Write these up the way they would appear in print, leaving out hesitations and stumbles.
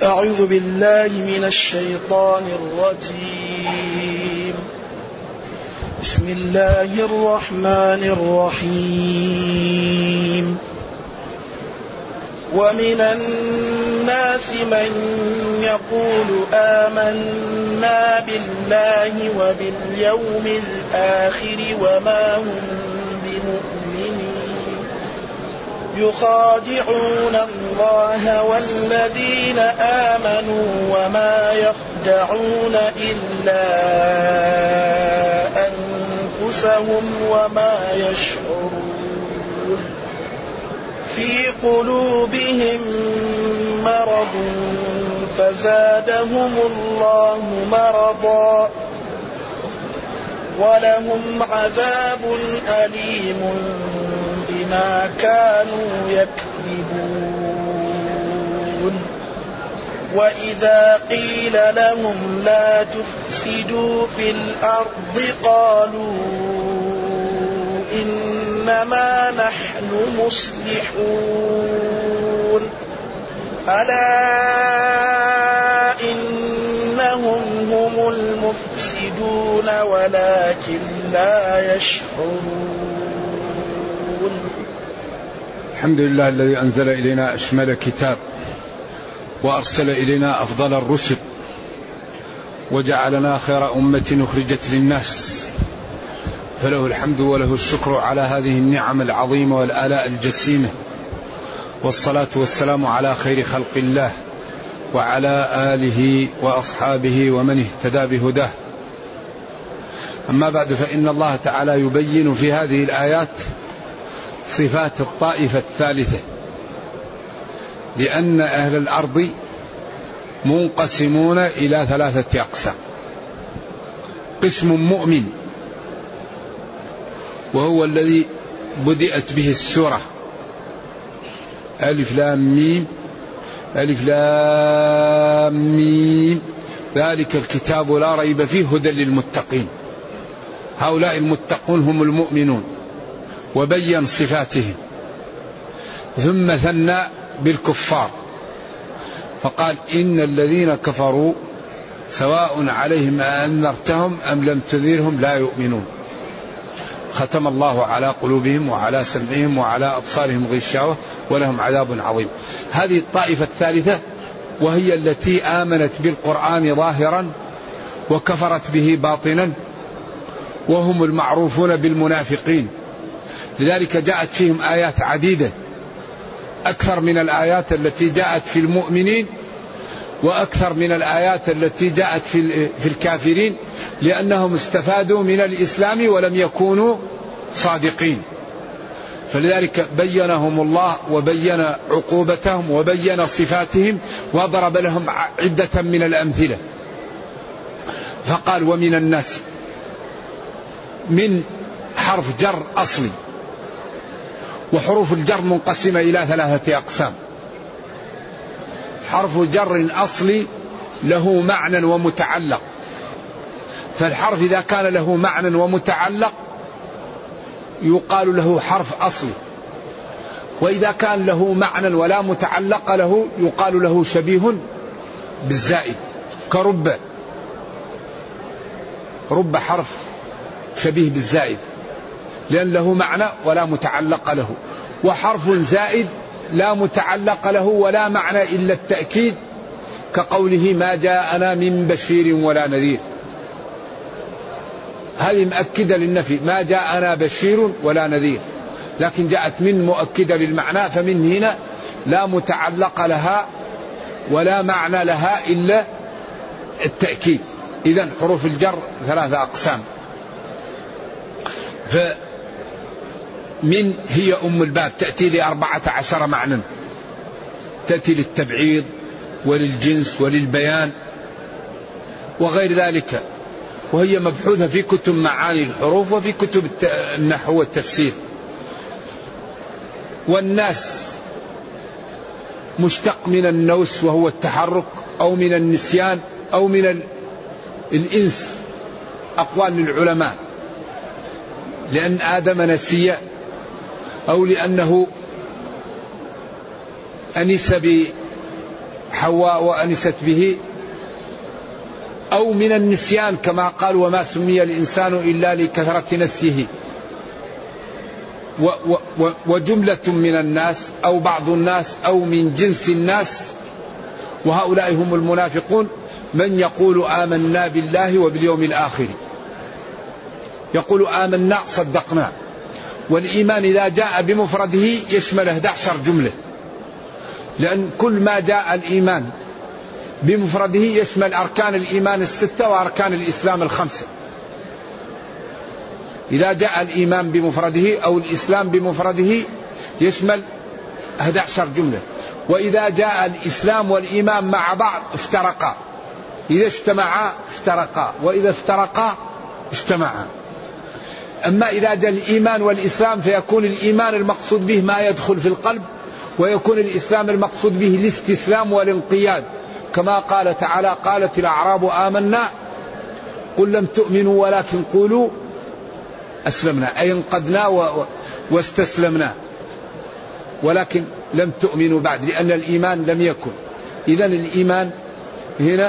أعوذ بالله من الشيطان الرجيم. بسم الله الرحمن الرحيم. ومن الناس من يقول آمنا بالله وباليوم الآخر وما هم بمؤمنين يخادعون الله والذين آمنوا وما يخدعون إلا أنفسهم وما يشعرون. في قلوبهم مرض فزادهم الله مرضا ولهم عذاب أليم بما كانوا يكذبون. وإذا قيل لهم لا تفسدوا في الأرض قالوا إنما نحن مصلحون ألا إنهم هم المفسدون ولكن لا يشعرون. الحمد لله الذي أنزل إلينا أشمل كتاب وأرسل إلينا أفضل الرسل وجعلنا خير أمة أخرجت للناس، فله الحمد وله الشكر على هذه النعم العظيمة والآلاء الجسيمة، والصلاة والسلام على خير خلق الله وعلى آله وأصحابه ومن اهتدى بهداه. أما بعد، فإن الله تعالى يبين في هذه الآيات صفات الطائفة الثالثة، لأن أهل الأرض منقسمون إلى ثلاثة أقسام. قسم مؤمن وهو الذي بدأت به السورة، ألف لام ميم ألف لام ميم ذلك الكتاب لا ريب فيه هدى للمتقين. هؤلاء المتقون هم المؤمنون، وبين صفاتهم، ثم ثنى بالكفار فقال إن الذين كفروا سواء عليهم أنذرتهم أم لم تنذرهم لا يؤمنون، ختم الله على قلوبهم وعلى سمعهم وعلى أبصارهم غشاوة ولهم عذاب عظيم. هذه الطائفة الثالثة وهي التي آمنت بالقرآن ظاهرا وكفرت به باطنا، وهم المعروفون بالمنافقين. لذلك جاءت فيهم آيات عديدة أكثر من الآيات التي جاءت في المؤمنين وأكثر من الآيات التي جاءت في الكافرين، لأنهم استفادوا من الإسلام ولم يكونوا صادقين. فلذلك بينهم الله وبين عقوبتهم وبين صفاتهم وضرب لهم عدة من الأمثلة. فقال ومن الناس، من حرف جر أصلي، وحروف الجر منقسمة إلى ثلاثة أقسام. حرف جر أصلي له معنى ومتعلق، فالحرف إذا كان له معنى ومتعلق يقال له حرف أصلي، وإذا كان له معنى ولا متعلق له يقال له شبيه بالزائد، كرب. رب حرف شبيه بالزائد لأن له معنى ولا متعلق له، وحرف زائد لا متعلق له ولا معنى إلا التأكيد، كقوله ما جاءنا من بشير ولا نذير. هذه مؤكدة للنفي، ما جاءنا بشير ولا نذير، لكن جاءت من مؤكدة للمعنى، فمن هنا لا متعلق لها ولا معنى لها إلا التأكيد. إذن حروف الجر ثلاثة أقسام. فمن هي أم الباب، تأتي ل14 معنى، تأتي للتبعيض وللجنس وللبيان وغير ذلك، وهي مبحوثة في كتب معاني الحروف وفي كتب النحو والتفسير. والناس مشتق من النوس وهو التحرك، أو من النسيان، أو من الإنس، أقوال للعلماء، لأن آدم نسي، أو لأنه أنس حواء وأنست به، أو من النسيان كما قال وما سمي الإنسان إلا لكثرة نسيه. وجملة من الناس أو بعض الناس أو من جنس الناس، وهؤلاء هم المنافقون، من يقول آمنا بالله وباليوم الآخر، يقول آمنا صدقنا. والإيمان إذا جاء بمفرده يشمل 11 جملة، لأن كل ما جاء الإيمان بمفرده يشمل أركان الإيمان 6 وأركان الإسلام 5. إذا جاء الإيمان بمفرده أو الإسلام بمفرده يشمل 11 جملة. وإذا جاء الإسلام والإيمان مع بعض افترقا، إذا اجتمعا افترقا، وإذا افترقا اجتمعا. أما إذا جاء الإيمان والإسلام فيكون الإيمان المقصود به ما يدخل في القلب، ويكون الإسلام المقصود به الاستسلام والانقياد، كما قال تعالى قالت الأعراب آمنا قل لم تؤمنوا ولكن قولوا أسلمنا، أي انقدنا واستسلمنا، ولكن لم تؤمنوا بعد، لأن الإيمان لم يكن. إذن الإيمان هنا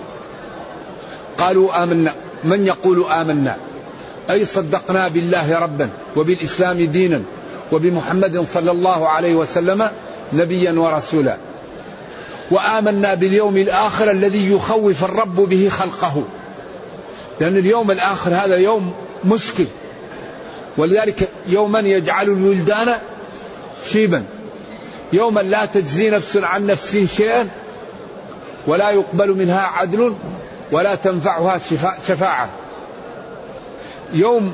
قالوا آمنا، من يقول آمنا أي صدقنا بالله ربا وبالإسلام دينا وبمحمد صلى الله عليه وسلم نبيا ورسولا، وآمنا باليوم الآخر الذي يخوف الرب به خلقه، لأن اليوم الآخر هذا يوم مشكل، ولذلك يوما يجعل الولدان شيبا، يوما لا تجزي نفس عن نفس شيئا ولا يقبل منها عدل ولا تنفعها شفاعة، يوم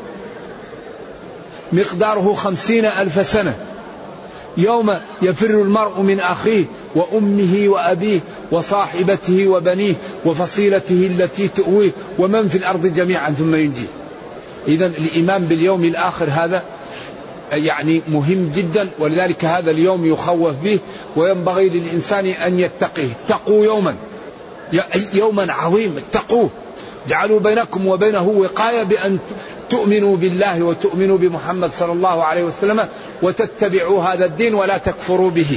مقداره 50,000 سنة، يوم يفر المرء من أخيه وأمه وأبيه وصاحبته وبنيه وفصيلته التي تؤويه ومن في الأرض جميعا ثم ينجيه. إذن الإيمان باليوم الآخر هذا يعني مهم جدا، ولذلك هذا اليوم يخوف به، وينبغي للإنسان أن يتقيه. اتقوا يوما عظيم، اتقوه، جعلوا بينكم وبينه وقاية بأن تؤمنوا بالله وتؤمنوا بمحمد صلى الله عليه وسلم وتتبعوا هذا الدين ولا تكفروا به.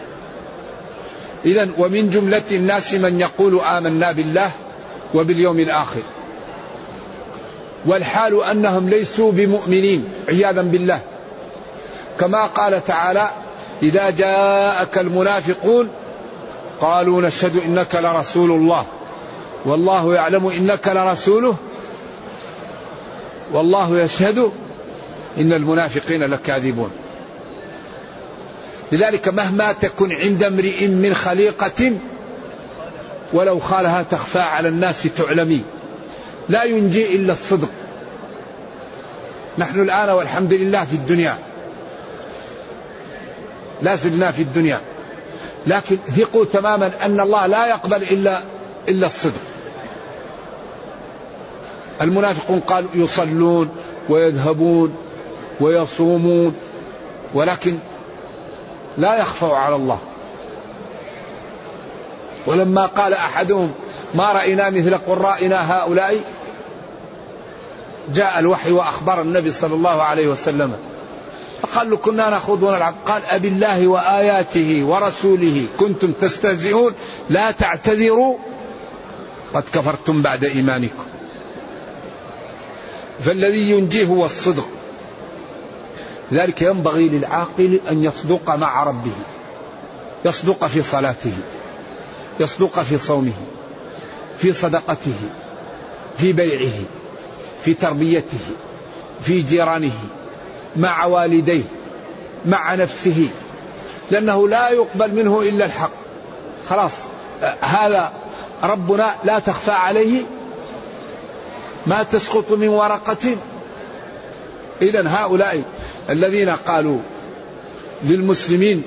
إذن ومن جملة الناس من يقول آمنا بالله وباليوم الآخر، والحال أنهم ليسوا بمؤمنين عياذا بالله، كما قال تعالى إذا جاءك المنافقون قالوا نشهد إنك لرسول الله والله يعلم إنك لرسوله والله يشهد إن المنافقين لكاذبون. لذلك مهما تكن عند امرئ من خليقة ولو خالها تخفى على الناس تعلمي، لا ينجي إلا الصدق. نحن الآن والحمد لله في الدنيا، لا زلنا في الدنيا، لكن ثقوا تماما أن الله لا يقبل إلا الصدق. المنافقون قالوا يصلون ويذهبون ويصومون ولكن لا يخفوا على الله. ولما قال أحدهم ما رأينا مثل قرائنا هؤلاء جاء الوحي وأخبر النبي صلى الله عليه وسلم فقالوا كنا نخوض ونلعب، قال أبي الله وآياته ورسوله كنتم تستهزئون لا تعتذروا قد كفرتم بعد إيمانكم. فالذي ينجيه هو الصدق. لذلك ينبغي للعاقل أن يصدق مع ربه، يصدق في صلاته، يصدق في صومه، في صدقته، في بيعه، في تربيته، في جيرانه، مع والديه، مع نفسه، لأنه لا يقبل منه إلا الحق. خلاص هذا ربنا لا تخفى عليه ما تسقط من ورقة. إذن هؤلاء الذين قالوا للمسلمين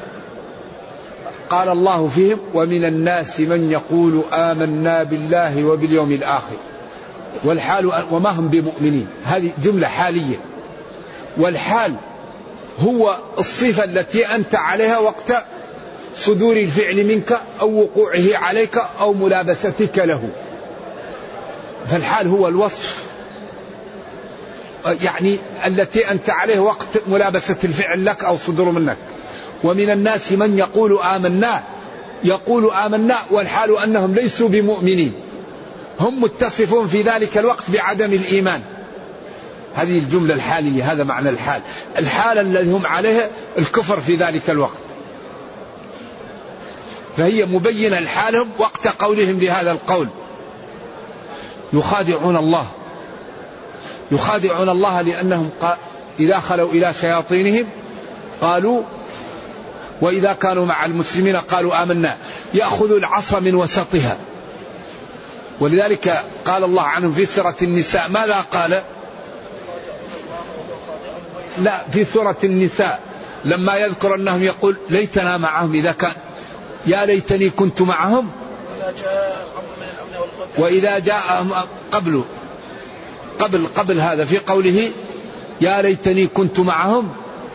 قال الله فيهم ومن الناس من يقول آمنا بالله وباليوم الآخر، والحال وما هم بمؤمنين، هذه جملة حالية، والحال هو الصفة التي أنت عليها وقت صدور الفعل منك أو وقوعه عليك أو ملابستك له. فالحال هو الوصف يعني التي أنت عليه وقت ملابسة الفعل لك أو صدور منك. ومن الناس من يقول آمنا يقولوا آمنا والحال أنهم ليسوا بمؤمنين، هم متصفون في ذلك الوقت بعدم الإيمان. هذه الجملة الحالية، هذا معنى الحال، الحال الذي هم عليه الكفر في ذلك الوقت، فهي مبينة لحالهم وقت قولهم بهذا القول. يخادعون الله لأنهم إذا خلوا إلى شياطينهم قالوا، وإذا كانوا مع المسلمين قالوا آمنا، يأخذ العصا من وسطها. ولذلك قال الله عنهم في سورة النساء، ماذا قال؟ لا، في سورة النساء لما يذكر أنهم يقول ليتنا معهم، إذا كان يا ليتني كنت معهم، وإذا جاءهم قبل هذا في قوله يا ليتني كنت معهم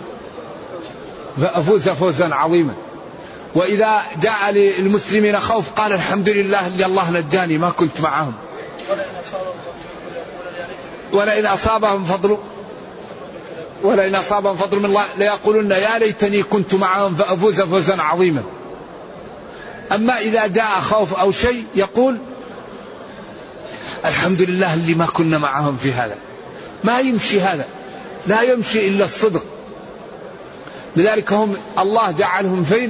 فأفوز فوزا عظيما. وإذا جاء للمسلمين خوف قال الحمد لله اللي الله نجاني ما كنت معهم. ولئن أصابهم فضل من الله ليقولن يا ليتني كنت معهم فأفوز فوزا عظيما. أما إذا جاء خوف أو شيء يقول الحمد لله اللي ما كنا معهم في هذا. ما يمشي هذا، لا يمشي إلا الصدق. لذلك هم الله جعلهم فين؟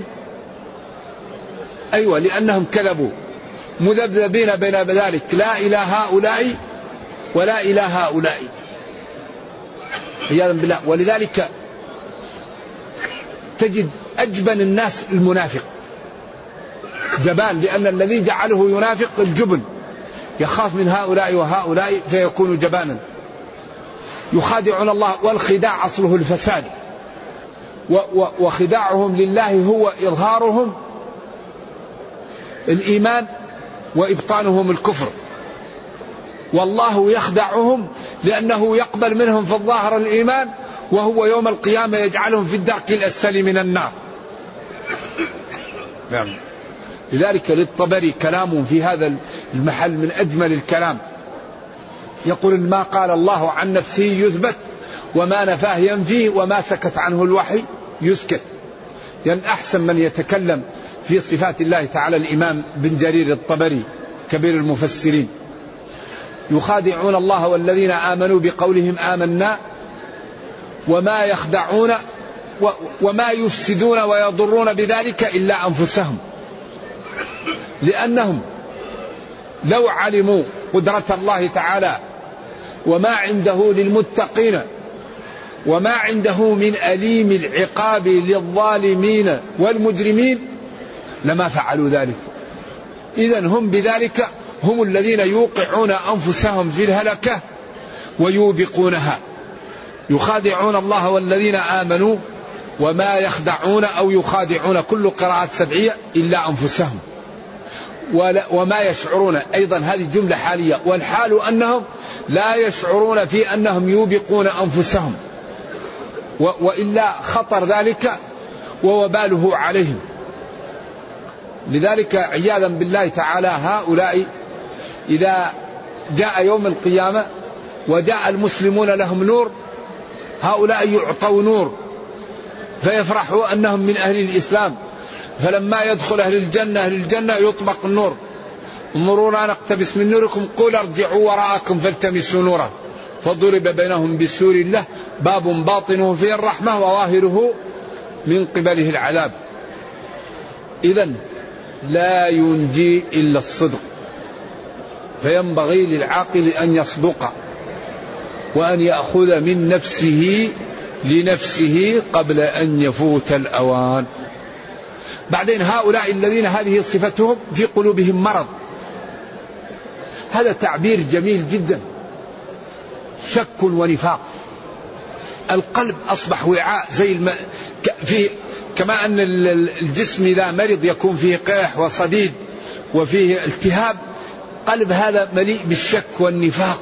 أيوة، لأنهم كذبوا مذبذبين بين ذلك، لا إلى هؤلاء ولا إلى هؤلاء عياذا بالله. ولذلك تجد أجبن الناس المنافق، جبان، لأن الذي جعله ينافق الجبن، يخاف من هؤلاء وهؤلاء فيكون جبانا. يخادعون الله، والخداع أصله الفساد، وخداعهم لله هو إظهارهم الإيمان وإبطانهم الكفر، والله يخدعهم لأنه يقبل منهم في الظاهر الإيمان، وهو يوم القيامة يجعلهم في الدرك الأسفل من النار. نعم. لذلك للطبري كلام في هذا المحل من أجمل الكلام، يقول ما قال الله عن نفسه يثبت، وما نفاه ينفيه، وما سكت عنه الوحي يسكت. يعني أحسن من يتكلم في صفات الله تعالى الإمام بن جرير الطبري كبير المفسرين. يخادعون الله والذين آمنوا بقولهم آمنا وما يخدعون وما يفسدون ويضرون بذلك إلا أنفسهم، لأنهم لو علموا قدرة الله تعالى وما عنده للمتقين وما عنده من أليم العقاب للظالمين والمجرمين لما فعلوا ذلك. إذن هم بذلك هم الذين يوقعون أنفسهم في الهلكة ويوبقونها. يخادعون الله والذين آمنوا وما يخدعون أو يخادعون، كل قراءة سبعية، إلا أنفسهم وما يشعرون. أيضا هذه جملة حالية، والحال أنهم لا يشعرون في أنهم يوبقون أنفسهم، وإلا خطر ذلك ووباله عليهم. لذلك عياذا بالله تعالى هؤلاء إذا جاء يوم القيامة وجاء المسلمون لهم نور، هؤلاء يعطوا نور فيفرحوا أنهم من أهل الإسلام، فلما يدخل أهل الجنة يطبق النور، انظرونا نقتبس من نوركم قل ارجعوا وراءكم فالتمسوا نورا، فضرب بينهم بسور له باب باطنه فيه الرحمة وظاهره من قبله العذاب. إذن لا ينجي إلا الصدق، فينبغي للعاقل أن يصدق وأن يأخذ من نفسه لنفسه قبل أن يفوت الأوان. بعدين هؤلاء الذين هذه صفتهم في قلوبهم مرض، هذا تعبير جميل جدا، شك ونفاق. القلب أصبح وعاء زي كما أن الجسم إذا مرض يكون فيه قيح وصديد وفيه التهاب، قلب هذا مليء بالشك والنفاق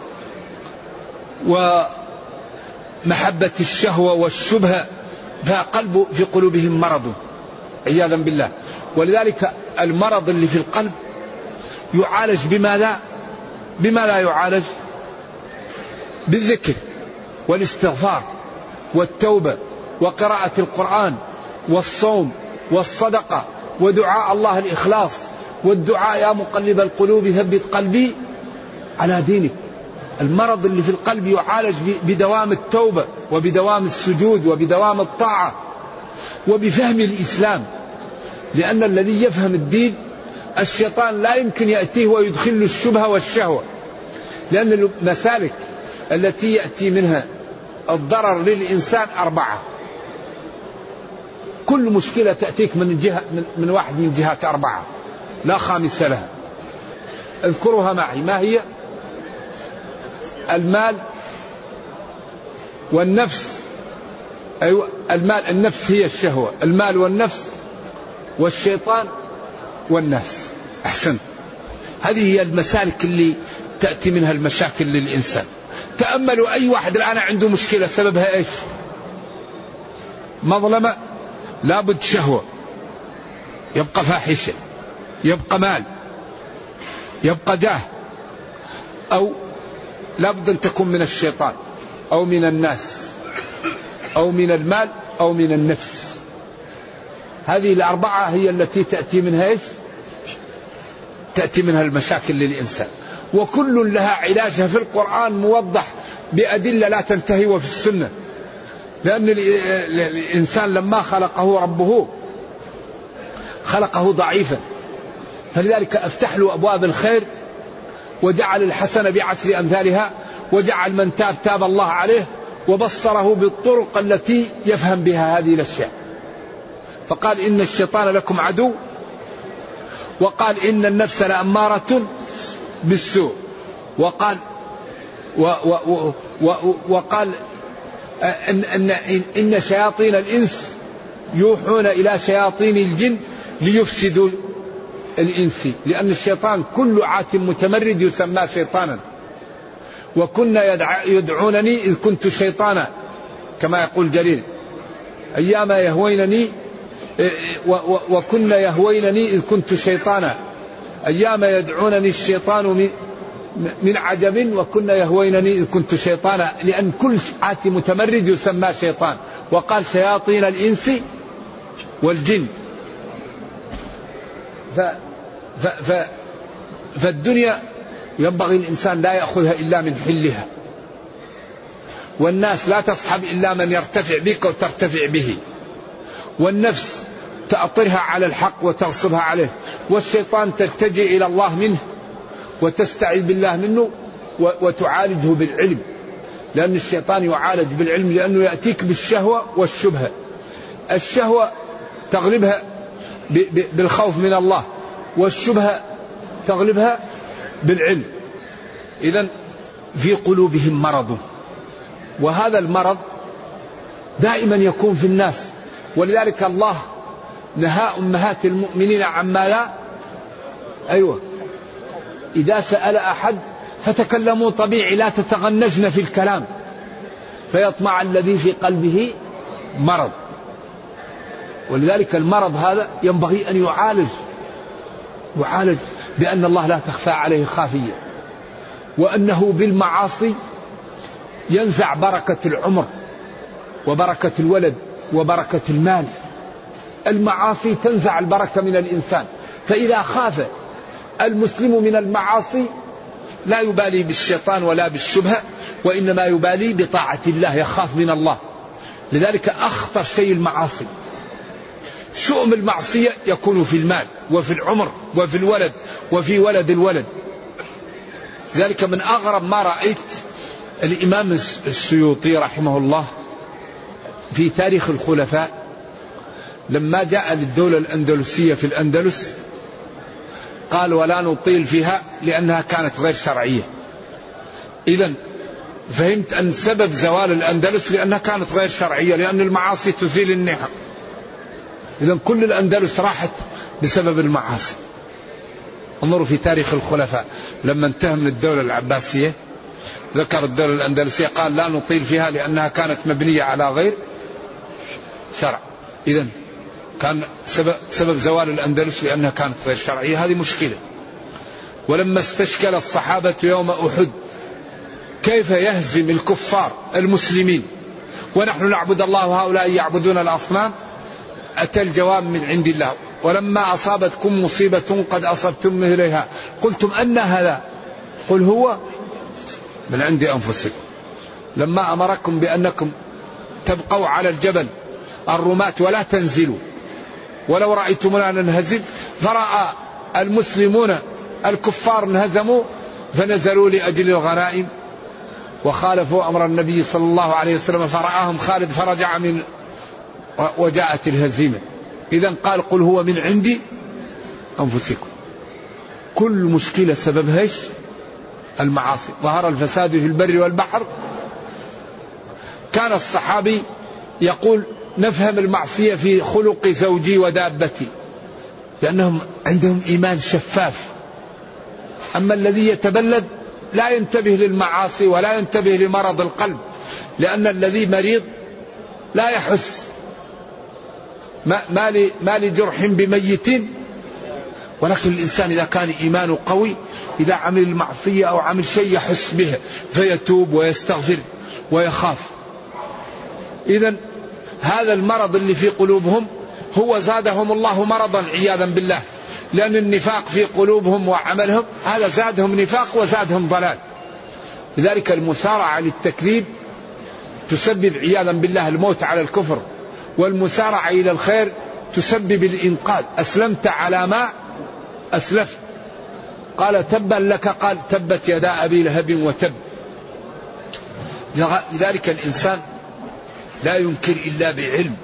ومحبة الشهوة والشبهة، فقلب في قلوبهم مرض عياذا بالله. ولذلك المرض اللي في القلب يعالج بما لا يعالج؟ بالذكر والاستغفار والتوبة وقراءة القرآن والصوم والصدقة ودعاء الله الإخلاص، والدعاء يا مقلب القلوب ثبت قلبي على دينك. المرض اللي في القلب يعالج بدوام التوبة وبدوام السجود وبدوام الطاعة وبفهم الإسلام، لأن الذي يفهم الدين الشيطان لا يمكن يأتيه ويدخل الشبهة والشهوة، لأن المسالك التي يأتي منها الضرر للإنسان 4. كل مشكلة تأتيك من واحد من جهات 4 لا خامس لها. اذكرها معي، ما هي؟ المال والنفس. أيوة، المال، النفس هي الشهوة، المال والنفس والشيطان والناس. أحسن. هذه هي المسالك اللي تأتي منها المشاكل للإنسان. تأملوا أي واحد الآن عنده مشكلة سببها إيش؟ مظلمة، لابد شهوة، يبقى فاحشة، يبقى مال، يبقى جاه، أو لابد أن تكون من الشيطان أو من الناس أو من المال أو من النفس. هذه ال4 هي التي تأتي منها إيش؟ تأتي منها المشاكل للإنسان، وكل لها علاجها في القرآن موضح بأدلة لا تنتهي وفي السنة. لأن الإنسان لما خلقه ربه خلقه ضعيفا، فلذلك أفتح له أبواب الخير وجعل الحسن بعشر أمثالها، وجعل من تاب تاب الله عليه، وبصره بالطرق التي يفهم بها هذه الأشياء. فقال إن الشيطان لكم عدو، وقال إن النفس لأمارة بالسوء، وقال وقال إن شياطين الإنس يوحون إلى شياطين الجن ليفسدوا الإنس، لأن الشيطان كل عات متمرد يسمى شيطانا. وكنا يدعونني إذ كنت شيطانا، كما يقول جرير، أيام يهوينني وكنا يهوينني إذ كنت شيطانا، أيام يدعونني الشيطان من عجب وكنا يهوينني إذ كنت شيطانا، لأن كل عات متمرد يسمى شيطان. وقال شياطين الإنس والجن. فالدنيا ينبغي الإنسان لا يأخذها إلا من حلها، والناس لا تصحب إلا من يرتفع بك وترتفع به، والنفس تأطرها على الحق وتغصبها عليه، والشيطان تلتجئ إلى الله منه وتستعيذ بالله منه وتعالجه بالعلم، لأن الشيطان يعالج بالعلم، لأنه يأتيك بالشهوة والشبهة. الشهوة تغلبها بالخوف من الله، والشبهة تغلبها بالعلم. إذن في قلوبهم مرض، وهذا المرض دائما يكون في الناس، ولذلك الله نهى أمهات المؤمنين عما لا إذا سأل أحد فتكلموا طبيعي، لا تتغنجن في الكلام فيطمع الذي في قلبه مرض. ولذلك المرض هذا ينبغي أن يعالج بأن الله لا تخفى عليه خافية، وأنه بالمعاصي ينزع بركة العمر وبركة الولد وبركة المال. المعاصي تنزع البركة من الإنسان، فإذا خاف المسلم من المعاصي لا يبالي بالشيطان ولا بالشبهة، وإنما يبالي بطاعة الله، يخاف من الله. لذلك أخطر شيء المعاصي. شؤم المعصية يكون في المال وفي العمر وفي الولد وفي ولد الولد. لذلك من أغرب ما رأيت الإمام السيوطي رحمه الله في تاريخ الخلفاء، لما جاء للدولة الأندلسية في الأندلس قال ولا نطيل فيها لأنها كانت غير شرعية. إذن فهمت أن سبب زوال الأندلس لأنها كانت غير شرعية، لأن المعاصي تزيل النعم. إذن كل الأندلس راحت بسبب المعاصي. انظروا في تاريخ الخلفاء لما انتهى من الدولة العباسية ذكر الدولة الأندلسية قال لا نطيل فيها لأنها كانت مبنية على غير شرع. إذن كان سبب زوال الأندلس لأنها كانت غير شرعية. هذه مشكلة. ولما استشكل الصحابة يوم أحد كيف يهزم الكفار المسلمين ونحن نعبد الله وهؤلاء يعبدون الأصنام، أتى الجواب من عند الله ولما أصابتكم مصيبة قد أصبتم مثلها قلتم أن هذا قل هو من عند أنفسكم. لما أمركم بأنكم تبقوا على الجبل الرماة ولا تنزلوا ولو رأيتمونا ننهزم، فرأى المسلمون الكفار انهزموا فنزلوا لأجل الغنائم وخالفوا أمر النبي صلى الله عليه وسلم، فرآهم خالد فرجع من وجاءت الهزيمة. إذن قال قل هو من عند أنفسكم. كل مشكلة سببها ايش؟ المعاصي. ظهر الفساد في البر والبحر. كان الصحابي يقول نفهم المعصية في خلق زوجي ودابتي، لأنهم عندهم إيمان شفاف. أما الذي يتبلد لا ينتبه للمعاصي ولا ينتبه لمرض القلب، لأن الذي مريض لا يحس. ما لجرح بميت، ولكن الإنسان إذا كان إيمانه قوي إذا عمل المعصية أو عمل شيء يحس به فيتوب ويستغفر ويخاف. إذن هذا المرض اللي في قلوبهم هو زادهم الله مرضا عياذا بالله، لأن النفاق في قلوبهم وعملهم هذا زادهم نفاق وزادهم ضلال. لذلك المسارعة للتكذيب تسبب عياذا بالله الموت على الكفر، والمسارعة إلى الخير تسبب الإنقاذ. أسلمت على ما أسلفت. قال تبا لك، قال تبت يدا أبي لهب وتب. لذلك الإنسان لا ينكر إلا بعلم.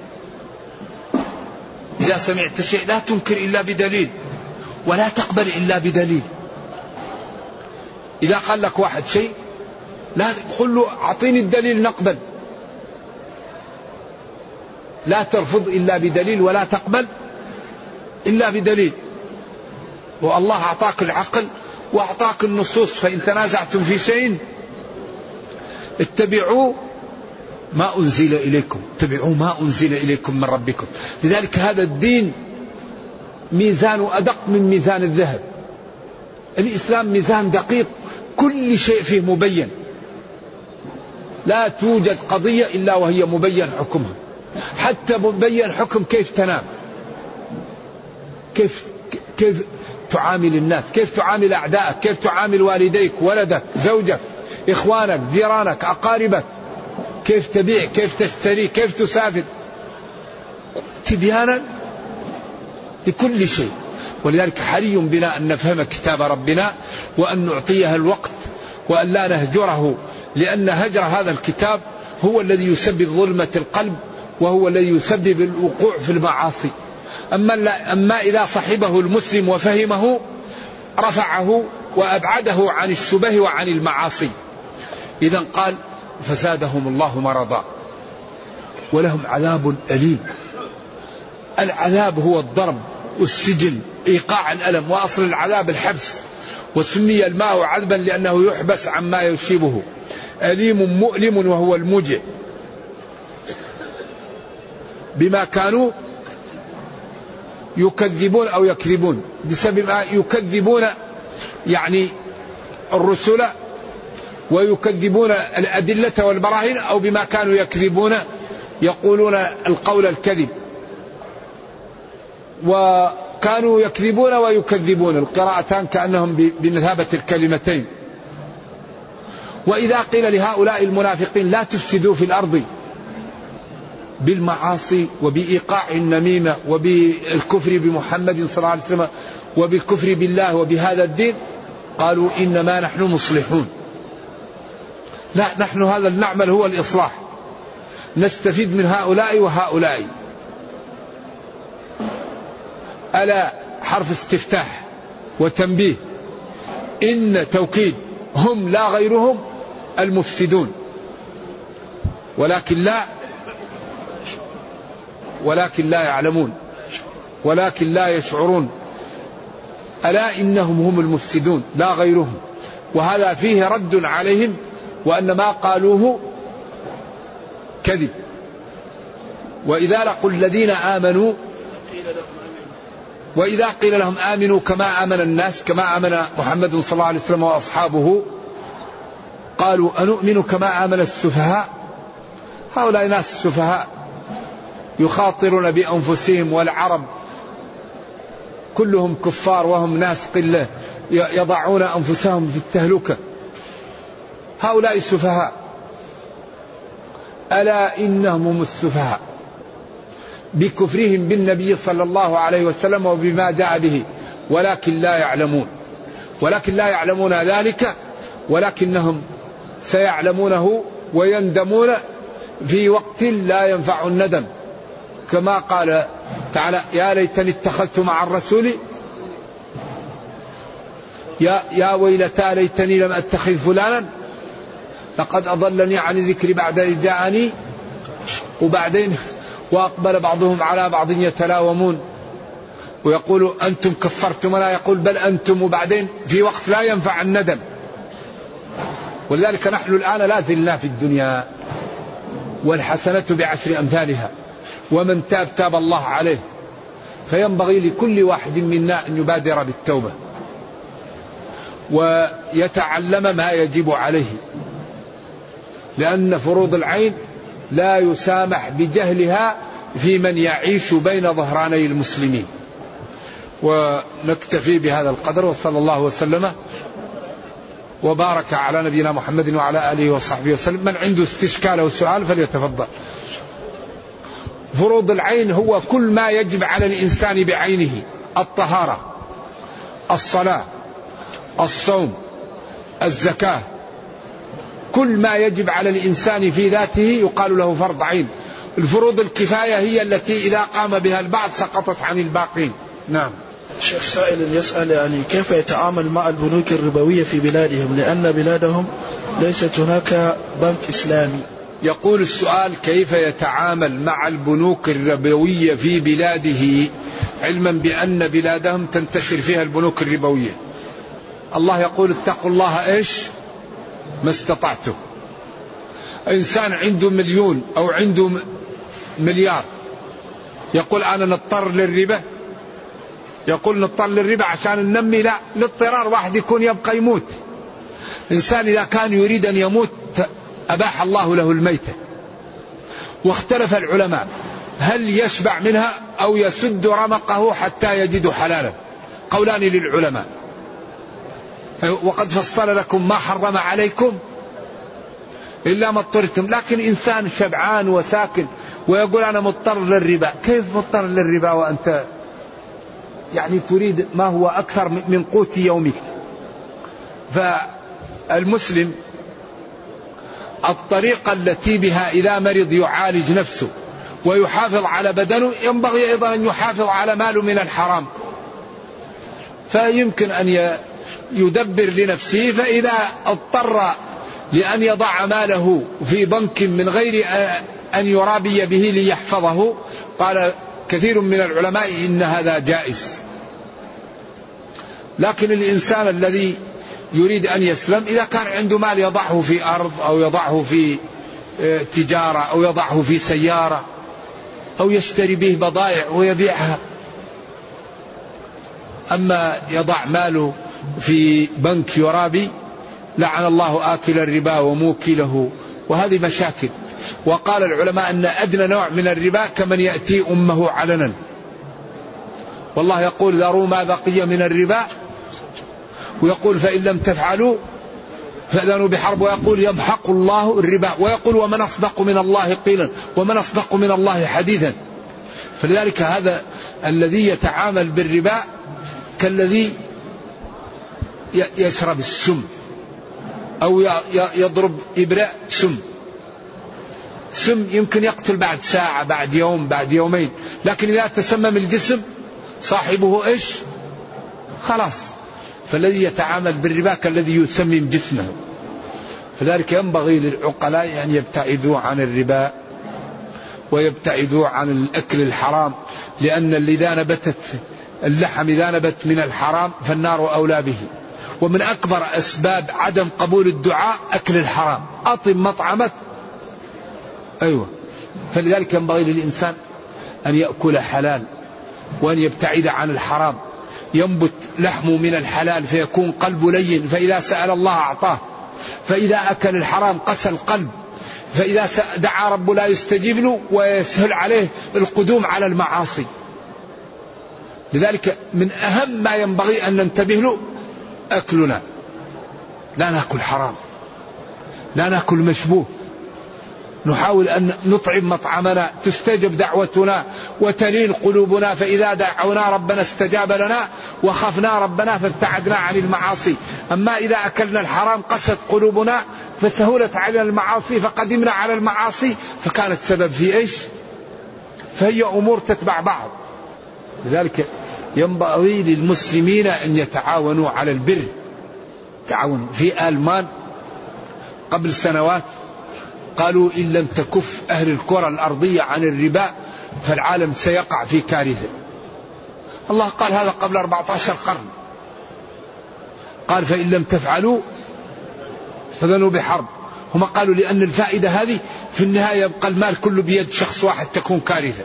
إذا سمعت شيء لا تنكر إلا بدليل، ولا تقبل إلا بدليل. إذا قال لك واحد شيء لا قل له أعطيني الدليل نقبل. لا ترفض إلا بدليل ولا تقبل إلا بدليل. والله أعطاك العقل وأعطاك النصوص، فإن تنازعتم في شيء اتبعوا ما أنزل إليكم، اتبعوا ما أنزل إليكم من ربكم. لذلك هذا الدين ميزان أدق من ميزان الذهب. الإسلام ميزان دقيق، كل شيء فيه مبين، لا توجد قضية إلا وهي مبين حكمها. حتى مبين حكم كيف تنام، كيف تعامل الناس، كيف تعامل أعدائك، كيف تعامل والديك، ولدك، زوجك، إخوانك، جيرانك، أقاربك، كيف تبيع، كيف تشتري، كيف تسافر، تبيانا لكل شيء. ولذلك حري بنا أن نفهم كتاب ربنا وأن نعطيها الوقت وأن لا نهجره، لأن هجر هذا الكتاب هو الذي يسبب ظلمة القلب وهو الذي يسبب الوقوع في المعاصي. أما إذا صحبه المسلم وفهمه رفعه وأبعده عن الشبه وعن المعاصي. إذن قال فزادهم الله مرضا ولهم عذاب أليم. العذاب هو الضرب والسجن، إيقاع الألم، وأصل العذاب الحبس، وسمي الماء عذبا لأنه يحبس عما يشيبه. أليم مؤلم وهو الموجع بما كانوا يكذبون أو يكذبون، بسبب ما يكذبون يعني الرسل ويكذبون الأدلة والبراهين، أو بما كانوا يكذبون يقولون القول الكذب. وكانوا يكذبون ويكذبون، القراءتان كأنهم بمثابة الكلمتين. وإذا قيل لهؤلاء المنافقين لا تفسدوا في الأرض بالمعاصي وبإيقاع النميمة وبالكفر بمحمد صلى الله عليه وسلم وبالكفر بالله وبهذا الدين، قالوا إنما نحن مصلحون. لا، نحن هذا نعمل هو الإصلاح، نستفيد من هؤلاء وهؤلاء. ألا حرف استفتاح وتنبيه، إن توكيد، هم لا غيرهم المفسدون، ولكن لا يعلمون، ولكن لا يشعرون. ألا إنهم هم المفسدون لا غيرهم. وهذا فيه رد عليهم وأن ما قالوه كذب. وإذا لقوا الذين آمنوا وإذا قيل لهم آمنوا كما آمن الناس، كما آمن محمد صلى الله عليه وسلم وأصحابه، قالوا أنؤمن كما آمن السفهاء. هؤلاء ناس سفهاء يخاطرون بأنفسهم، والعرب كلهم كفار وهم ناس قلة يضعون أنفسهم في التهلكة. هؤلاء السفهاء، ألا إنهم هم السفهاء بكفرهم بالنبي صلى الله عليه وسلم وبما جاء به، ولكن لا يعلمون ذلك، ولكنهم سيعلمونه ويندمون في وقت لا ينفع الندم، كما قال تعالى: يا ليتني اتخذت مع الرسول يا ويلتى ليتني لم أتخذ فلانا لقد أضلني عن الذكر بعد إذ جاءني. وبعدين وأقبل بعضهم على بعض يتلاومون ويقول: أنتم كفرتمنا، يقول: بل أنتم. وبعدين في وقت لا ينفع الندم. ولذلك نحن الآن لا زلنا في الدنيا، والحسنة بعشر أمثالها، ومن تاب تاب الله عليه. فينبغي لكل واحد منا أن يبادر بالتوبة ويتعلم ما يجب عليه، لأن فروض العين لا يسامح بجهلها في من يعيش بين ظهراني المسلمين. ونكتفي بهذا القدر، وصلى الله وسلم وبارك على نبينا محمد وعلى آله وصحبه وسلم. من عنده استشكال أو سؤال فليتفضل. فروض العين هو كل ما يجب على الإنسان بعينه: الطهارة، الصلاة، الصوم، الزكاة، كل ما يجب على الإنسان في ذاته يقال له فرض عين. الفروض الكفاية هي التي إذا قام بها البعض سقطت عن الباقين. نعم. شيخ سائل يسأل يعني كيف يتعامل مع البنوك الربوية في بلادهم، لأن بلادهم ليست هناك بنك إسلامي. يقول السؤال: كيف يتعامل مع البنوك الربوية في بلاده، علما بأن بلادهم تنتشر فيها البنوك الربوية. الله يقول: اتقوا الله إيش ما استطعتم. إنسان عنده 1,000,000 أو عنده 1,000,000,000 يقول: أنا نضطر للربا، يقول نضطر للربا عشان ننمي. لا، الاضطرار واحد يكون يبقى يموت. إنسان إذا كان يريد أن يموت أباح الله له الميتة. واختلف العلماء هل يشبع منها أو يسد رمقه حتى يجد حلالا، قولان للعلماء. وقد فصل لكم ما حرم عليكم إلا ما اضطرتم. لكن إنسان شبعان وساكن ويقول أنا مضطر للربا، كيف مضطر للربا وأنت يعني تريد ما هو أكثر من قوت يومك؟ فالمسلم الطريقة التي بها إذا مرض يعالج نفسه ويحافظ على بدنه، ينبغي أيضا أن يحافظ على ماله من الحرام. فيمكن أن يدبر لنفسه، فإذا اضطر لأن يضع ماله في بنك من غير أن يرابي به ليحفظه، قال كثير من العلماء إن هذا جائز. لكن الإنسان الذي يريد أن يسلم إذا كان عنده مال يضعه في أرض أو يضعه في تجارة أو يضعه في سيارة أو يشتري به بضائع ويبيعها. أما يضع ماله في بنك يرابي، لعن الله آكل الربا وموكله، وهذه مشاكل. وقال العلماء أن أدنى نوع من الربا كمن يأتي أمه علنا. والله يقول: ذروا ما بقي من الربا، ويقول: فإن لم تفعلوا فأذنوا بحرب، ويقول: يمحق الله الربا، ويقول: ومن أصدق من الله قيلا، ومن أصدق من الله حديثا. فلذلك هذا الذي يتعامل بالربا كالذي يشرب السم أو يضرب إبرة سم يمكن يقتل بعد ساعة، بعد يوم، بعد يومين، لكن إذا تسمم الجسم صاحبه إيش؟ خلاص. فالذي يتعامل بالربا كالذي يسمم جسمه. فذلك ينبغي للعقلاء أن يبتعدوا عن الربا ويبتعدوا عن الأكل الحرام، لأن إذا نبتت اللحم إذا نبت من الحرام فالنار أولى به. ومن أكبر أسباب عدم قبول الدعاء أكل الحرام. أطم مطعمك. أيوة. فلذلك ينبغي للإنسان أن يأكل حلال وأن يبتعد عن الحرام. ينبت لحمه من الحلال فيكون قلبه لين، فإذا سأل الله أعطاه. فإذا أكل الحرام قسى القلب، فإذا دعا رب لا يستجيب له ويسهل عليه القدوم على المعاصي. لذلك من أهم ما ينبغي أن ننتبه له أكلنا، لا نأكل حرام، لا نأكل مشبوه، نحاول أن نطعم مطعمنا، تستجب دعوتنا وتلين قلوبنا، فإذا دعونا ربنا استجاب لنا وخفنا ربنا فابتعدنا عن المعاصي. أما إذا أكلنا الحرام قست قلوبنا فسهلت علينا المعاصي فقدمنا على المعاصي فكانت سبب في إيش؟ فهي أمور تتبع بعض. لذلك ينبغي للمسلمين أن يتعاونوا على البر. تعاون في ألمان قبل سنوات قالوا إن لم تكف أهل الكرة الأرضية عن الربا فالعالم سيقع في كارثة. الله قال هذا قبل 14 قرن، قال فإن لم تفعلوا فذنوا بحرب. هم قالوا لأن الفائدة هذه في النهاية يبقى المال كله بيد شخص واحد تكون كارثة،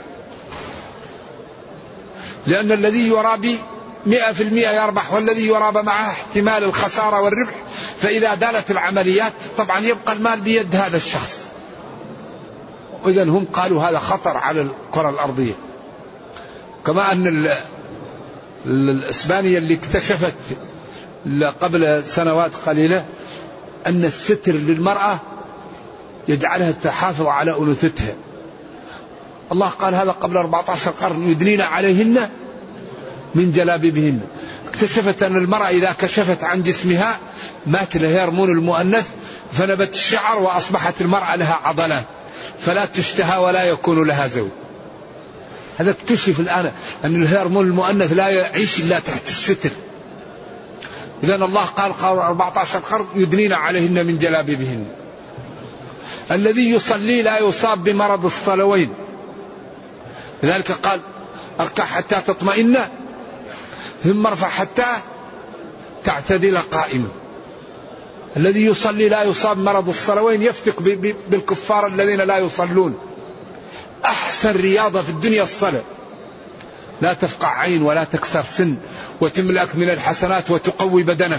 لأن الذي يرابي 100% يربح والذي يرابى معه احتمال الخسارة والربح، فإذا دالت العمليات طبعا يبقى المال بيد هذا الشخص. إذا هم قالوا هذا خطر على الكرة الأرضية. كما أن الإسبانية اللي اكتشفت قبل سنوات قليلة أن الستر للمرأة يجعلها تحافظ على أنوثتها. الله قال هذا قبل 14 قرن يدنين عليهن من جلابيبهن. اكتشفت أن المرأة إذا كشفت عن جسمها مات الهرمون المؤنث فنبت الشعر وأصبحت المرأة لها عضلات فلا تشتهى ولا يكون لها زوج. هذا اكتشف الآن أن الهرمون المؤنث لا يعيش إلا تحت الستر. إذن الله قال 14 قرن يدنين عليهن من جلابيبهن. الذي يصلي لا يصاب بمرض الصلوين، لذلك قال اركع حتى تطمئن ثم ارفع حتى تعتدل قائما. الذي يصلي لا يصاب مرض الصلوين يفتك بالكفار الذين لا يصلون. أحسن رياضة في الدنيا الصلاة، لا تفقع عين ولا تكسر سن وتملأك من الحسنات وتقوي بدنك.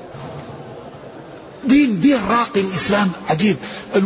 دين راقي الإسلام عجيب.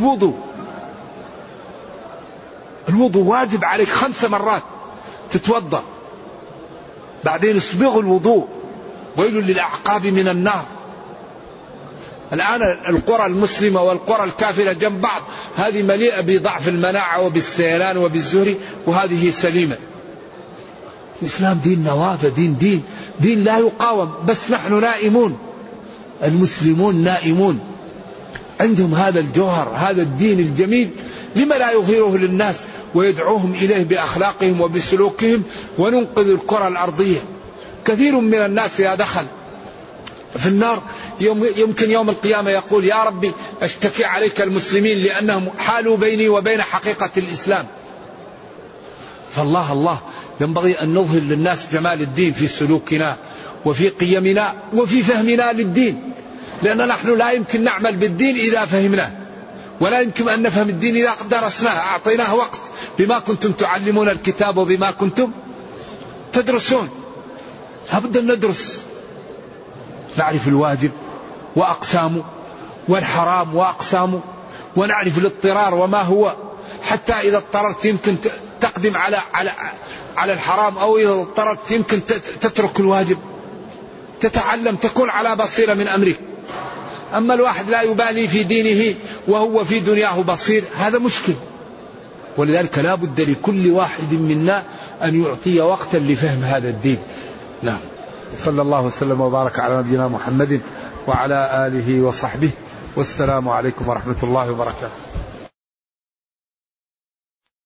الوضوء واجب عليك 5 مرات تتوضأ، بعدين اصبغ الوضوء، ويل للأعقاب من النار. الآن القرى المسلمة والقرى الكافرة جنب بعض، هذه مليئة بضعف المناعة وبالسيلان وبالزهر وهذه سليمة. الإسلام دين نوافذ، دين لا يقاوم، بس نحن نائمون. المسلمون نائمون، عندهم هذا الجوهر، هذا الدين الجميل، لما لا يظهره للناس ويدعوهم إليه بأخلاقهم وبسلوكهم وننقذ الكرة الأرضية. كثير من الناس إذا دخل في النار يمكن يوم القيامة يقول يا ربي أشتكي عليك المسلمين لأنهم حالوا بيني وبين حقيقة الإسلام. فالله ينبغي أن نظهر للناس جمال الدين في سلوكنا وفي قيمنا وفي فهمنا للدين، لأن نحن لا يمكن نعمل بالدين إذا فهمناه، ولا يمكن أن نفهم الدين إذا درسناه أعطيناه وقت. بما كنتم تعلمون الكتاب وبما كنتم تدرسون. لابد أن ندرس، نعرف الواجب وأقسامه والحرام وأقسامه، ونعرف الاضطرار وما هو، حتى إذا اضطررت يمكن تقدم على الحرام، أو إذا اضطررت يمكن تترك الواجب. تتعلم، تكون على بصيرة من أمرك. أما الواحد لا يبالي في دينه وهو في دنياه بصير، هذا مشكل. ولذلك لا بد لكل واحد منا أن يعطي وقتا لفهم هذا الدين. نعم. صلى الله وسلم وبارك على نبينا محمد وعلى آله وصحبه، والسلام عليكم ورحمة الله وبركاته.